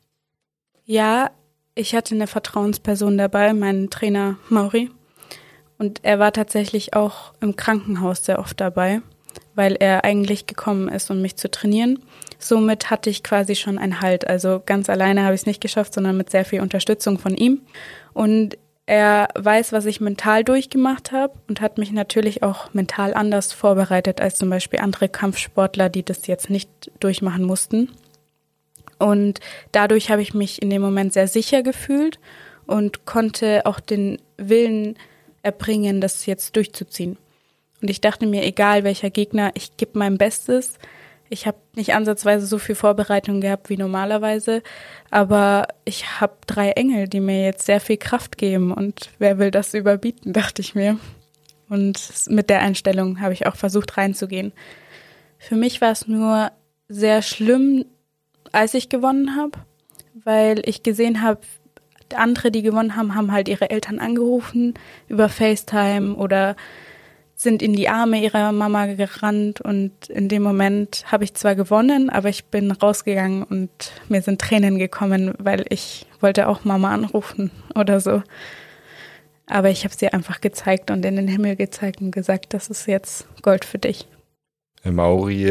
Ja, ich hatte eine Vertrauensperson dabei, meinen Trainer Mauri. Und er war tatsächlich auch im Krankenhaus sehr oft dabei, weil er eigentlich gekommen ist, um mich zu trainieren. Somit hatte ich quasi schon einen Halt. Also ganz alleine habe ich es nicht geschafft, sondern mit sehr viel Unterstützung von ihm. Und er weiß, was ich mental durchgemacht habe und hat mich natürlich auch mental anders vorbereitet als zum Beispiel andere Kampfsportler, die das jetzt nicht durchmachen mussten. Und dadurch habe ich mich in dem Moment sehr sicher gefühlt und konnte auch den Willen erbringen, das jetzt durchzuziehen. Und ich dachte mir, egal welcher Gegner, ich gebe mein Bestes. Ich habe nicht ansatzweise so viel Vorbereitung gehabt wie normalerweise, aber ich habe 3 Engel, die mir jetzt sehr viel Kraft geben und wer will das überbieten, dachte ich mir. Und mit der Einstellung habe ich auch versucht reinzugehen. Für mich war es nur sehr schlimm, als ich gewonnen habe, weil ich gesehen habe, andere, die gewonnen haben, haben halt ihre Eltern angerufen über FaceTime oder sind in die Arme ihrer Mama gerannt und in dem Moment habe ich zwar gewonnen, aber ich bin rausgegangen und mir sind Tränen gekommen, weil ich wollte auch Mama anrufen oder so. Aber ich habe sie einfach gezeigt und in den Himmel gezeigt und gesagt, das ist jetzt Gold für dich. Mauri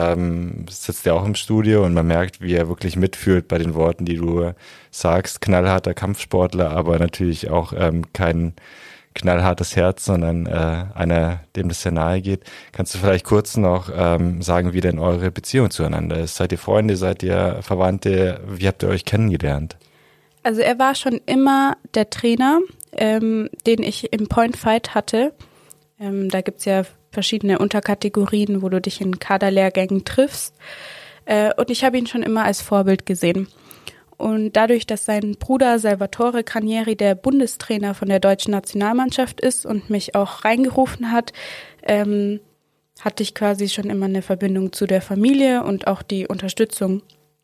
sitzt ja auch im Studio und man merkt, wie er wirklich mitfühlt bei den Worten, die du sagst. Knallharter Kampfsportler, aber natürlich auch kein knallhartes Herz, sondern einer, dem das sehr nahe geht. Kannst du vielleicht kurz noch sagen, wie denn eure Beziehung zueinander ist? Seid ihr Freunde, seid ihr Verwandte? Wie habt ihr euch kennengelernt? Also er war schon immer der Trainer, den ich im Point Fight hatte. Da gibt's ja verschiedene Unterkategorien, wo du dich in Kaderlehrgängen triffst. Und ich habe ihn schon immer als Vorbild gesehen. Und dadurch, dass sein Bruder Salvatore Cranieri der Bundestrainer von der deutschen Nationalmannschaft ist und mich auch reingerufen hat, hatte ich quasi schon immer eine Verbindung zu der Familie und auch die Unterstützung.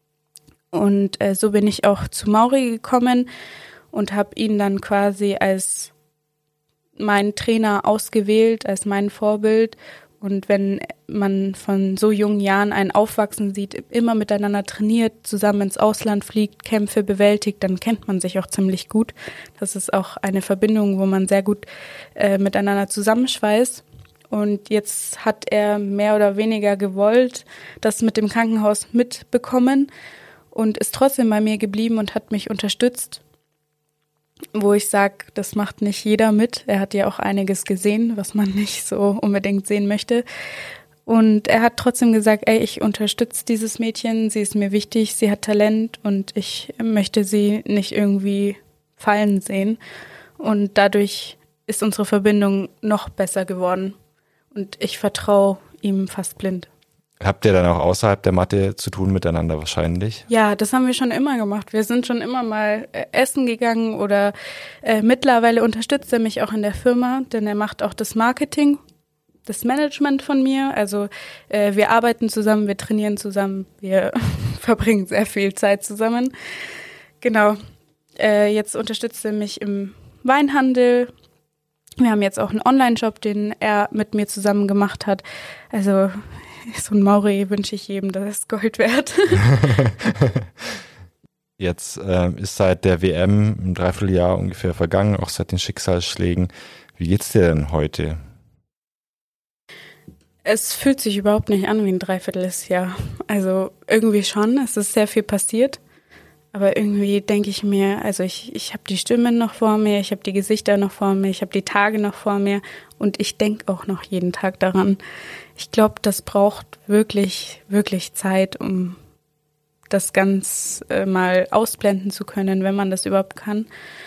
Und so bin ich auch zu Mauri gekommen und habe ihn dann quasi als meinen Trainer ausgewählt, als mein Vorbild. Und wenn man von so jungen Jahren einen aufwachsen sieht, immer miteinander trainiert, zusammen ins Ausland fliegt, Kämpfe bewältigt, dann kennt man sich auch ziemlich gut. Das ist auch eine Verbindung, wo man sehr gut miteinander zusammenschweißt. Und jetzt hat er mehr oder weniger gewollt, das mit dem Krankenhaus mitbekommen und ist trotzdem bei mir geblieben und hat mich unterstützt. Wo ich sage, das macht nicht jeder mit. Er hat ja auch einiges gesehen, was man nicht so unbedingt sehen möchte. Und er hat trotzdem gesagt, ey, ich unterstütze dieses Mädchen, sie ist mir wichtig, sie hat Talent und ich möchte sie nicht irgendwie fallen sehen. Und dadurch ist unsere Verbindung noch besser geworden. Und ich vertraue ihm fast blind. Habt ihr dann auch außerhalb der Matte zu tun miteinander wahrscheinlich? Ja, das haben wir schon immer gemacht. Wir sind schon immer mal essen gegangen oder mittlerweile unterstützt er mich auch in der Firma, denn er macht auch das Marketing, das Management von mir. Also wir arbeiten zusammen, wir trainieren zusammen, wir verbringen sehr viel Zeit zusammen. Genau, jetzt unterstützt er mich im Weinhandel. Wir haben jetzt auch einen Online-Shop, den er mit mir zusammen gemacht hat. Also so ein Mauri wünsche ich jedem, das ist Gold wert. Jetzt ist seit der WM ein Dreivierteljahr ungefähr vergangen, auch seit den Schicksalsschlägen. Wie geht's dir denn heute? Es fühlt sich überhaupt nicht an wie ein Dreivierteljahr. Also irgendwie schon, es ist sehr viel passiert. Aber irgendwie denke ich mir, also ich habe die Stimmen noch vor mir, ich habe die Gesichter noch vor mir, ich habe die Tage noch vor mir und ich denke auch noch jeden Tag daran. Ich glaube, das braucht wirklich, wirklich Zeit, um das ganz mal ausblenden zu können, wenn man das überhaupt kann.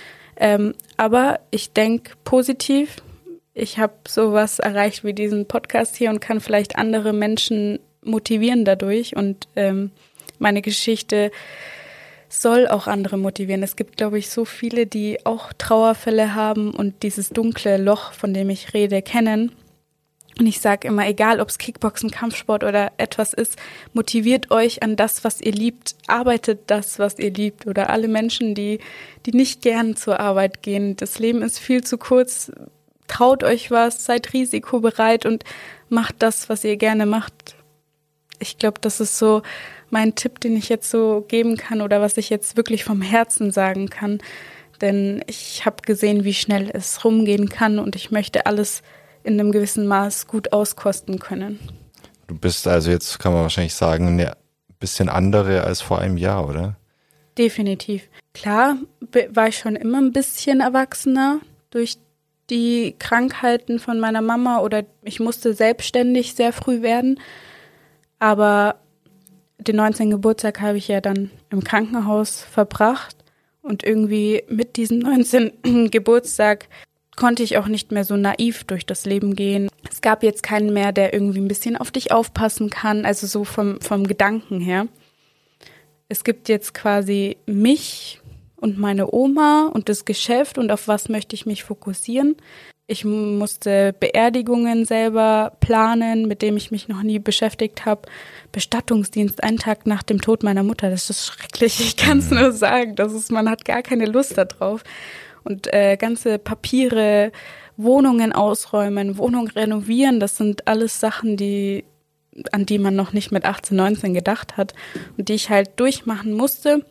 Aber ich denke positiv. Ich habe sowas erreicht wie diesen Podcast hier und kann vielleicht andere Menschen motivieren dadurch. Und meine Geschichte soll auch andere motivieren. Es gibt, glaube ich, so viele, die auch Trauerfälle haben und dieses dunkle Loch, von dem ich rede, kennen. Und ich sage immer, egal ob es Kickboxen, Kampfsport oder etwas ist, motiviert euch an das, was ihr liebt. Arbeitet das, was ihr liebt. Oder alle Menschen, die nicht gern zur Arbeit gehen. Das Leben ist viel zu kurz. Traut euch was, seid risikobereit und macht das, was ihr gerne macht. Ich glaube, das ist so mein Tipp, den ich jetzt so geben kann oder was ich jetzt wirklich vom Herzen sagen kann. Denn ich habe gesehen, wie schnell es rumgehen kann und ich möchte alles in einem gewissen Maß gut auskosten können. Du bist also jetzt, kann man wahrscheinlich sagen, eine bisschen andere als vor einem Jahr, oder? Definitiv. Klar war ich schon immer ein bisschen erwachsener durch die Krankheiten von meiner Mama oder ich musste selbstständig sehr früh werden. Aber den 19. Geburtstag habe ich ja dann im Krankenhaus verbracht und irgendwie mit diesem 19. Geburtstag konnte ich auch nicht mehr so naiv durch das Leben gehen. Es gab jetzt keinen mehr, der irgendwie ein bisschen auf dich aufpassen kann, also so vom Gedanken her. Es gibt jetzt quasi mich und meine Oma und das Geschäft und auf was möchte ich mich fokussieren. Ich musste Beerdigungen selber planen, mit dem ich mich noch nie beschäftigt habe. Bestattungsdienst, einen Tag nach dem Tod meiner Mutter, das ist schrecklich. Ich kann es nur sagen, man hat gar keine Lust darauf. Und ganze Papiere, Wohnungen ausräumen, Wohnung renovieren, das sind alles Sachen, an die man noch nicht mit 18, 19 gedacht hat und die ich halt durchmachen musste.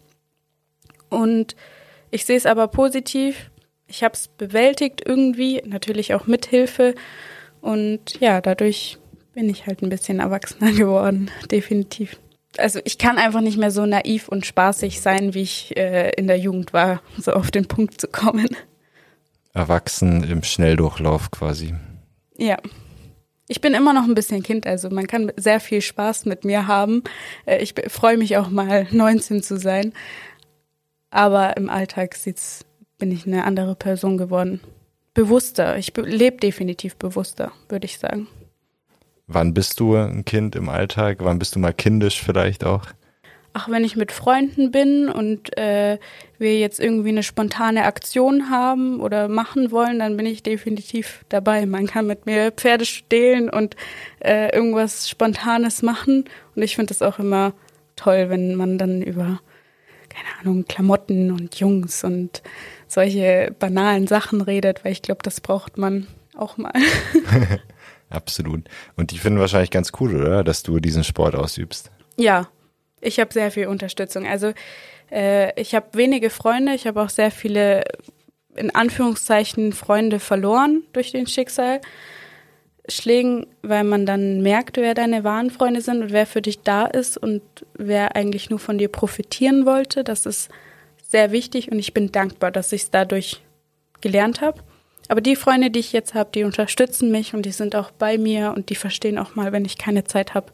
Und ich sehe es aber positiv. Ich habe es bewältigt irgendwie, natürlich auch mit Hilfe. Und ja, dadurch bin ich halt ein bisschen erwachsener geworden, definitiv. Also ich kann einfach nicht mehr so naiv und spaßig sein, wie ich in der Jugend war, so auf den Punkt zu kommen. Erwachsen im Schnelldurchlauf quasi. Ja. Ich bin immer noch ein bisschen Kind, also man kann sehr viel Spaß mit mir haben. Ich freue mich auch mal, 19 zu sein. Aber im Alltag bin ich eine andere Person geworden. Bewusster. Ich lebe definitiv bewusster, würde ich sagen. Wann bist du ein Kind im Alltag? Wann bist du mal kindisch vielleicht auch? Ach, wenn ich mit Freunden bin und wir jetzt irgendwie eine spontane Aktion haben oder machen wollen, dann bin ich definitiv dabei. Man kann mit mir Pferde stehlen und irgendwas Spontanes machen. Und ich finde das auch immer toll, wenn man dann über, keine Ahnung, Klamotten und Jungs und solche banalen Sachen redet, weil ich glaube, das braucht man auch mal. Absolut. Und die finden wahrscheinlich ganz cool, oder? Dass du diesen Sport ausübst. Ja, ich habe sehr viel Unterstützung. Also ich habe wenige Freunde, ich habe auch sehr viele, in Anführungszeichen, Freunde verloren durch den Schicksal. Schlägen, weil man dann merkt, wer deine wahren Freunde sind und wer für dich da ist und wer eigentlich nur von dir profitieren wollte. Das ist sehr wichtig und ich bin dankbar, dass ich es dadurch gelernt habe. Aber die Freunde, die ich jetzt habe, die unterstützen mich und die sind auch bei mir und die verstehen auch mal, wenn ich keine Zeit habe.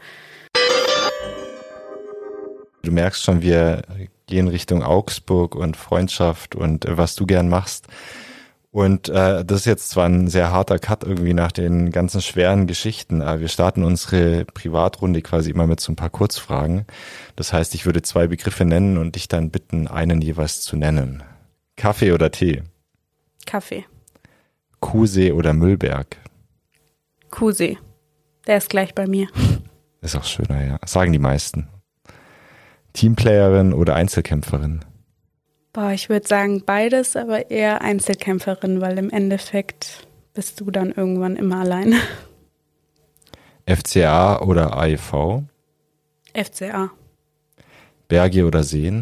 Du merkst schon, wir gehen Richtung Augsburg und Freundschaft und was du gern machst. Und das ist jetzt zwar ein sehr harter Cut irgendwie nach den ganzen schweren Geschichten, aber wir starten unsere Privatrunde quasi immer mit so ein paar Kurzfragen. Das heißt, ich würde 2 Begriffe nennen und dich dann bitten, einen jeweils zu nennen. Kaffee oder Tee? Kaffee. Kuhsee oder Müllberg? Kuhsee. Der ist gleich bei mir. Ist auch schöner, ja. Sagen die meisten. Teamplayerin oder Einzelkämpferin? Boah, ich würde sagen beides, aber eher Einzelkämpferin, weil im Endeffekt bist du dann irgendwann immer allein. FCA oder AEV? FCA. Berge oder Seen?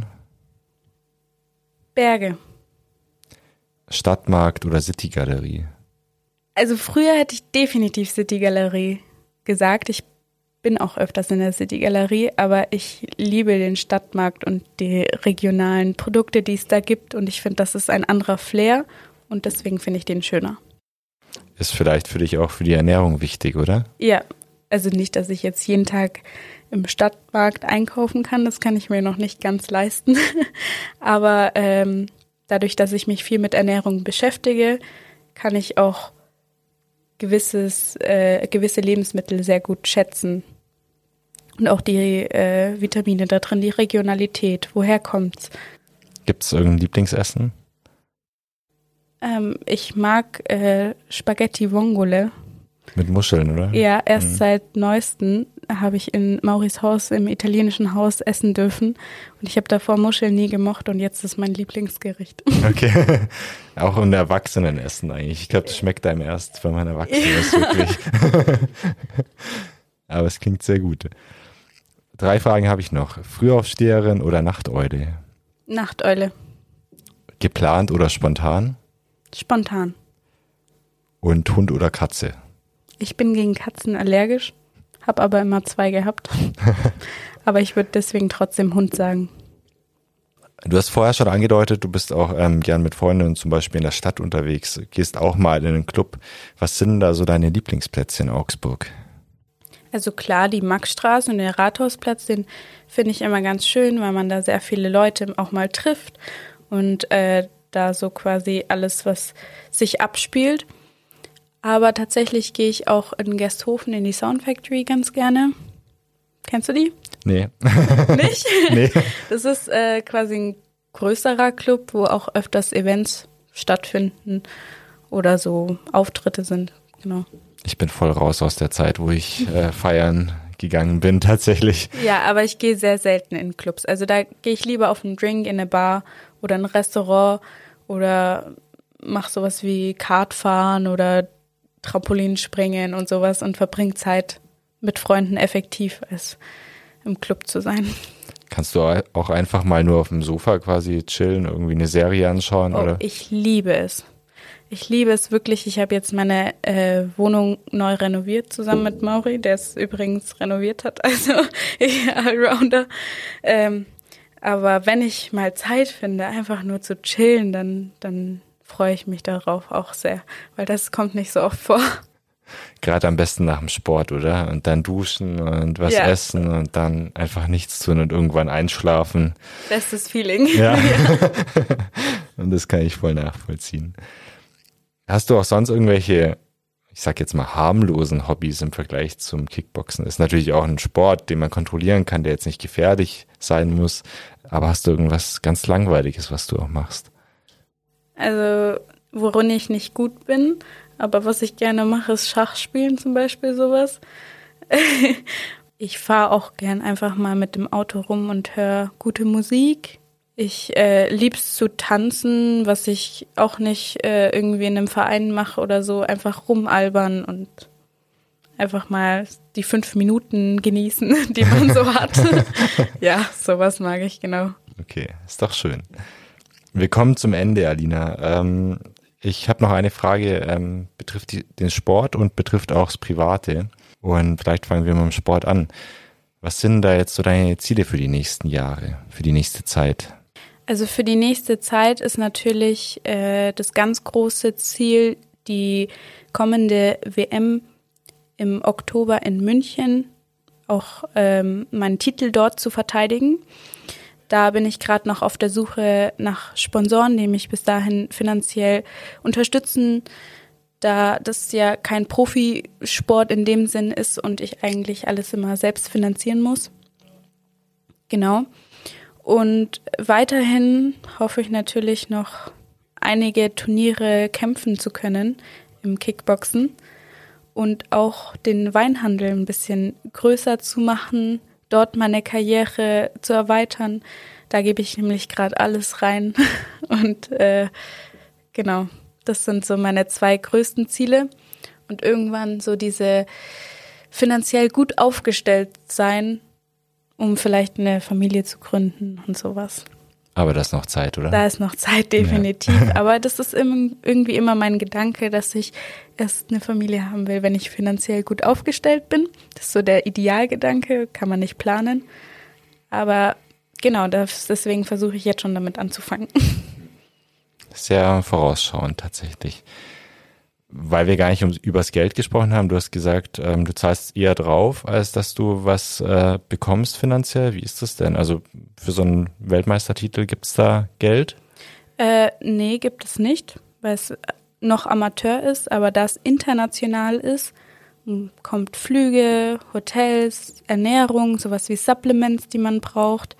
Berge. Stadtmarkt oder Citygalerie? Also früher hätte ich definitiv Citygalerie gesagt. Ich bin auch öfters in der Citygalerie, aber ich liebe den Stadtmarkt und die regionalen Produkte, die es da gibt. Und ich finde, das ist ein anderer Flair und deswegen finde ich den schöner. Ist vielleicht für dich auch für die Ernährung wichtig, oder? Ja, also nicht, dass ich jetzt jeden Tag im Stadtmarkt einkaufen kann, das kann ich mir noch nicht ganz leisten. Aber dadurch, dass ich mich viel mit Ernährung beschäftige, kann ich auch gewisse Lebensmittel sehr gut schätzen. Und auch die Vitamine da drin, die Regionalität, woher kommt's? Gibt es irgendein Lieblingsessen? Ich mag Spaghetti Vongole. Mit Muscheln, oder? Ja, erst seit Neuestem habe ich in Mauris Haus, im italienischen Haus, essen dürfen. Und ich habe davor Muscheln nie gemocht und jetzt ist mein Lieblingsgericht. Okay. Auch ein Erwachsenenessen eigentlich. Ich glaube, das schmeckt einem erst, wenn man erwachsen ist, wirklich. Aber es klingt sehr gut. 3 Fragen habe ich noch. Frühaufsteherin oder Nachteule? Nachteule. Geplant oder spontan? Spontan. Und Hund oder Katze? Ich bin gegen Katzen allergisch, habe aber immer 2 gehabt. Aber ich würde deswegen trotzdem Hund sagen. Du hast vorher schon angedeutet, du bist auch gern mit Freunden zum Beispiel in der Stadt unterwegs, gehst auch mal in einen Club. Was sind da so deine Lieblingsplätze in Augsburg? Also klar, die Maxstraße und der Rathausplatz, den finde ich immer ganz schön, weil man da sehr viele Leute auch mal trifft und da so quasi alles, was sich abspielt. Aber tatsächlich gehe ich auch in Gersthofen in die Sound Factory ganz gerne. Kennst du die? Nee. Nicht? Nee. Das ist quasi ein größerer Club, wo auch öfters Events stattfinden oder so Auftritte sind. Genau. Ich bin voll raus aus der Zeit, wo ich feiern gegangen bin, tatsächlich. Ja, aber ich gehe sehr selten in Clubs. Also da gehe ich lieber auf einen Drink in eine Bar oder ein Restaurant oder mache sowas wie Kartfahren oder Trampolinspringen und sowas und verbringe Zeit mit Freunden effektiv, als im Club zu sein. Kannst du auch einfach mal nur auf dem Sofa quasi chillen, irgendwie eine Serie anschauen? Oh, oder? Ich liebe es. Ich liebe es wirklich. Ich habe jetzt meine Wohnung neu renoviert zusammen mit Mauri, der es übrigens renoviert hat, also Allrounder. Aber wenn ich mal Zeit finde, einfach nur zu chillen, dann freue ich mich darauf auch sehr, weil das kommt nicht so oft vor. Gerade am besten nach dem Sport, oder? Und dann duschen und was essen und dann einfach nichts tun und irgendwann einschlafen. Bestes Feeling. Ja. Und das kann ich voll nachvollziehen. Hast du auch sonst irgendwelche, ich sag jetzt mal, harmlosen Hobbys im Vergleich zum Kickboxen? Ist natürlich auch ein Sport, den man kontrollieren kann, der jetzt nicht gefährlich sein muss. Aber hast du irgendwas ganz Langweiliges, was du auch machst? Also, worin ich nicht gut bin, aber was ich gerne mache, ist Schachspielen zum Beispiel, sowas. Ich fahre auch gern einfach mal mit dem Auto rum und höre gute Musik. Ich lieb's zu tanzen, was ich auch nicht irgendwie in einem Verein mache oder so, einfach rumalbern und einfach mal die 5 Minuten genießen, die man so hat. Ja, sowas mag ich, genau. Okay, ist doch schön. Wir kommen zum Ende, Alina. Ich habe noch eine Frage, betrifft den Sport und betrifft auch das Private. Und vielleicht fangen wir mit dem Sport an. Was sind da jetzt so deine Ziele für die nächsten Jahre, für die nächste Zeit? Also für die nächste Zeit ist natürlich das ganz große Ziel, die kommende WM im Oktober in München, auch meinen Titel dort zu verteidigen. Da bin ich gerade noch auf der Suche nach Sponsoren, die mich bis dahin finanziell unterstützen, da das ja kein Profisport in dem Sinn ist und ich eigentlich alles immer selbst finanzieren muss. Genau. Und weiterhin hoffe ich natürlich noch einige Turniere kämpfen zu können im Kickboxen und auch den Weinhandel ein bisschen größer zu machen, dort meine Karriere zu erweitern. Da gebe ich nämlich gerade alles rein. Und genau, das sind so meine 2 größten Ziele. Und irgendwann so diese finanziell gut aufgestellt sein, um vielleicht eine Familie zu gründen und sowas. Aber da ist noch Zeit, oder? Da ist noch Zeit, definitiv. Ja. Aber das ist irgendwie immer mein Gedanke, dass ich erst eine Familie haben will, wenn ich finanziell gut aufgestellt bin. Das ist so der Idealgedanke, kann man nicht planen. Aber genau, deswegen versuche ich jetzt schon damit anzufangen. Sehr vorausschauend tatsächlich. Weil wir gar nicht übers Geld gesprochen haben, du hast gesagt, du zahlst eher drauf, als dass du was bekommst finanziell. Wie ist das denn? Also für so einen Weltmeistertitel gibt es da Geld? Nee, gibt es nicht, weil es noch Amateur ist, aber da es international ist, kommt Flüge, Hotels, Ernährung, sowas wie Supplements, die man braucht.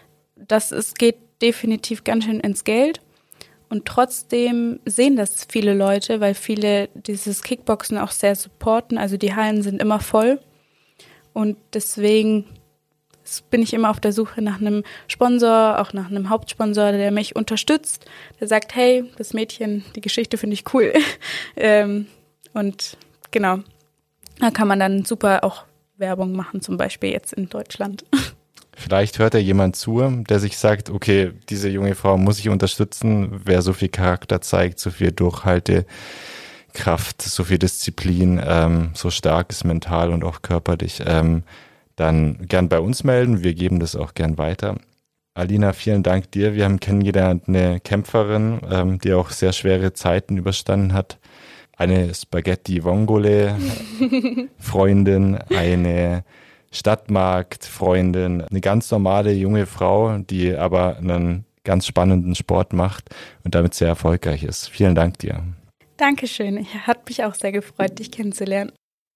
Geht definitiv ganz schön ins Geld. Und trotzdem sehen das viele Leute, weil viele dieses Kickboxen auch sehr supporten. Also die Hallen sind immer voll. Und deswegen bin ich immer auf der Suche nach einem Sponsor, auch nach einem Hauptsponsor, der mich unterstützt. Der sagt, hey, das Mädchen, die Geschichte finde ich cool. Und genau, da kann man dann super auch Werbung machen, zum Beispiel jetzt in Deutschland. Vielleicht hört ja jemand zu, der sich sagt, okay, diese junge Frau muss ich unterstützen, wer so viel Charakter zeigt, so viel Durchhaltekraft, so viel Disziplin, so stark ist mental und auch körperlich, dann gern bei uns melden, wir geben das auch gern weiter. Alina, vielen Dank dir, wir haben kennengelernt eine Kämpferin, die auch sehr schwere Zeiten überstanden hat, eine Spaghetti-Vongole-Freundin, eine Stadtmarkt-Freundin, eine ganz normale junge Frau, die aber einen ganz spannenden Sport macht und damit sehr erfolgreich ist. Vielen Dank dir. Dankeschön. Hat mich auch sehr gefreut, dich kennenzulernen.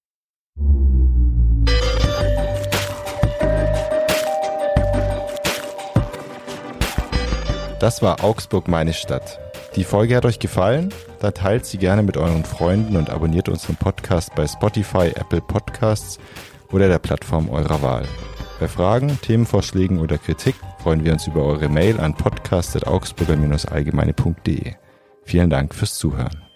Das war Augsburg, meine Stadt. Die Folge hat euch gefallen? Dann teilt sie gerne mit euren Freunden und abonniert unseren Podcast bei Spotify, Apple Podcasts oder der Plattform eurer Wahl. Bei Fragen, Themenvorschlägen oder Kritik freuen wir uns über eure Mail an podcast@augsburger-allgemeine.de. Vielen Dank fürs Zuhören.